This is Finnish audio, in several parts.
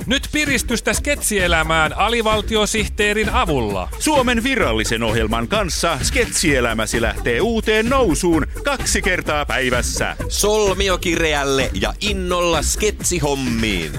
Nyt piristystä sketsielämään alivaltiosihteerin avulla. Suomen virallisen ohjelman kanssa sketsielämäsi lähtee uuteen nousuun 2 kertaa päivässä. Solmiokireälle ja innolla sketsihommiin.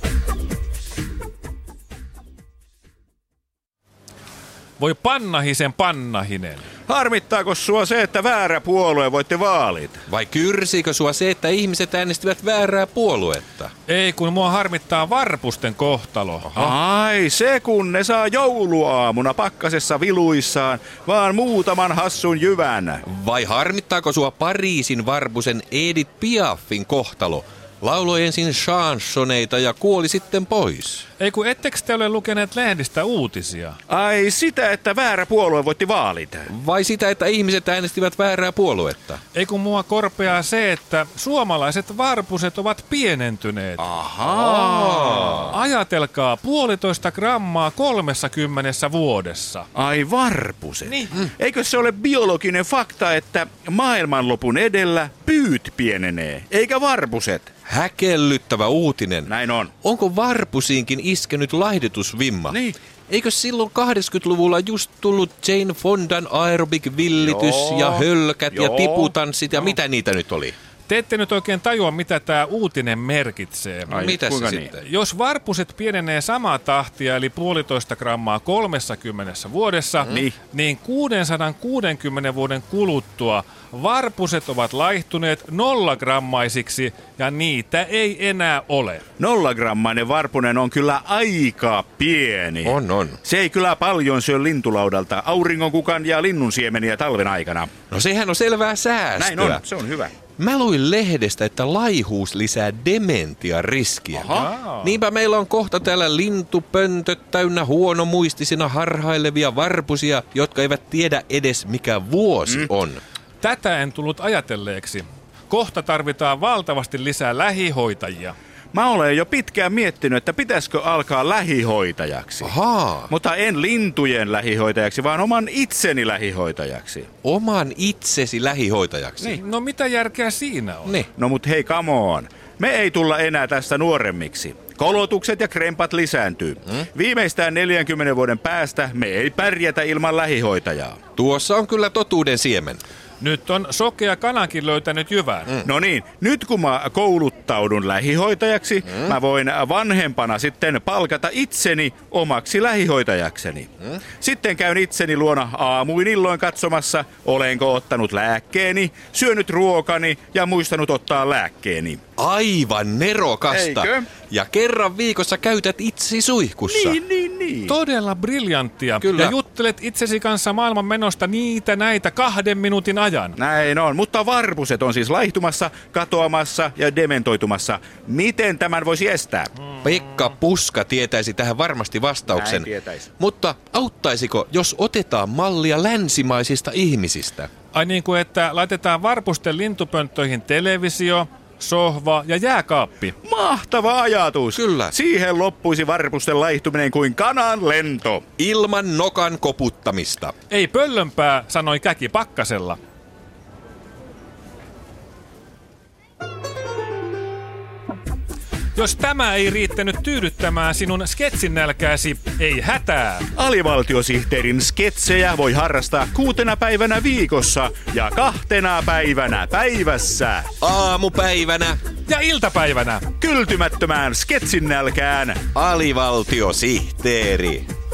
Voi pannahisen pannahinen. Harmittaako sua se, että väärä puolue voitti vaalit? Vai kyrsiikö sua se, että ihmiset äänestivät väärää puoluetta? Ei, kun mua harmittaa varpusten kohtalo. Ai se, kun ne saa jouluaamuna pakkasessa viluissaan vaan muutaman hassun jyvän. Vai harmittaako sua Pariisin varpusen Edith Piafin kohtalo? Lauloi ensin chansoneita ja kuoli sitten pois. Ei kun ettekö te ole lukeneet lehdistä uutisia? Ai sitä, että väärä puolue voitti vaalit. Vai sitä, että ihmiset äänestivät väärää puoluetta? Ei kun mua korpeaa se, että suomalaiset varpuset ovat pienentyneet. Ahaa. Ajatelkaa, 1,5 grammaa 30 vuodessa. Ai varpuset. Niin. Eikö se ole biologinen fakta, että maailmanlopun edellä pyyt pienenee, eikä varpuset? Häkellyttävä uutinen. Näin on. Onko varpusiinkin iskenyt laihdutusvimma? Niin. Eikö silloin 80-luvulla just tullut Jane Fondan aerobik-villitys ja hölkät ja tiputanssit ja mitä niitä nyt oli? Te ette nyt oikein tajua, mitä tämä uutinen merkitsee. Ai, mitä se niin? sitten? Jos varpuset pienenee samaa tahtia, eli 1,5 grammaa 30 vuodessa, niin 660 vuoden kuluttua varpuset ovat laihtuneet 0-grammaisiksi ja niitä ei enää ole. 0-grammainen varpunen on kyllä aika pieni. On. Se ei kyllä paljon syö lintulaudalta auringonkukan ja linnun siemeniä talven aikana. No sehän on selvää säästöä. Näin on, se on hyvä. Mä luin lehdestä, että laihuus lisää dementiariskiä. Niinpä meillä on kohta täällä lintupöntöt täynnä huonomuistisina harhailevia varpusia, jotka eivät tiedä edes mikä vuosi on. Tätä en tullut ajatelleeksi. Kohta tarvitaan valtavasti lisää lähihoitajia. Mä olen jo pitkään miettinyt, että pitäisikö alkaa lähihoitajaksi. Ahaa. Mutta en lintujen lähihoitajaksi, vaan oman itseni lähihoitajaksi. Oman itsesi lähihoitajaksi? Niin. No mitä järkeä siinä on? Niin. No mut hei, come on. Me ei tulla enää tästä nuoremmiksi. Kolotukset ja krempat lisääntyy. Viimeistään 40 vuoden päästä me ei pärjätä ilman lähihoitajaa. Tuossa on kyllä totuuden siemen. Nyt on sokea kanakin löytänyt jyvän. No niin, nyt kun mä kouluttaudun lähihoitajaksi, mä voin vanhempana sitten palkata itseni omaksi lähihoitajakseni. Sitten käyn itseni luona aamuin illoin katsomassa, olenko ottanut lääkkeeni, syönyt ruokani ja muistanut ottaa lääkkeeni. Aivan nerokasta. Eikö? Ja kerran viikossa käytät itsesi suihkussa. Niin. Todella briljanttia. Kyllä. Ja juttelet itsesi kanssa maailman menosta näitä 2 minuutin ajan. Näin on, mutta varpuset on siis laihtumassa, katoamassa ja dementoitumassa. Miten tämän voisi estää? Pekka Puska tietäisi tähän varmasti vastauksen. Näin tietäisi. Mutta auttaisiko, jos otetaan mallia länsimaisista ihmisistä? Ai niin kuin, että laitetaan varpusten lintupönttöihin televisio, sohva ja jääkaappi. Mahtava ajatus! Kyllä. Siihen loppuisi varpusten laihtuminen kuin kanan lento. Ilman nokan koputtamista. Ei pöllönpää, sanoi Käki Pakkasella. Jos tämä ei riittänyt tyydyttämään sinun sketsinälkääsi, ei hätää. Alivaltiosihteerin sketsejä voi harrastaa 6 päivänä viikossa ja 2 päivänä päivässä. Aamupäivänä Ja iltapäivänä. Kyltymättömään sketsin nälkään. alivaltiosihteeri.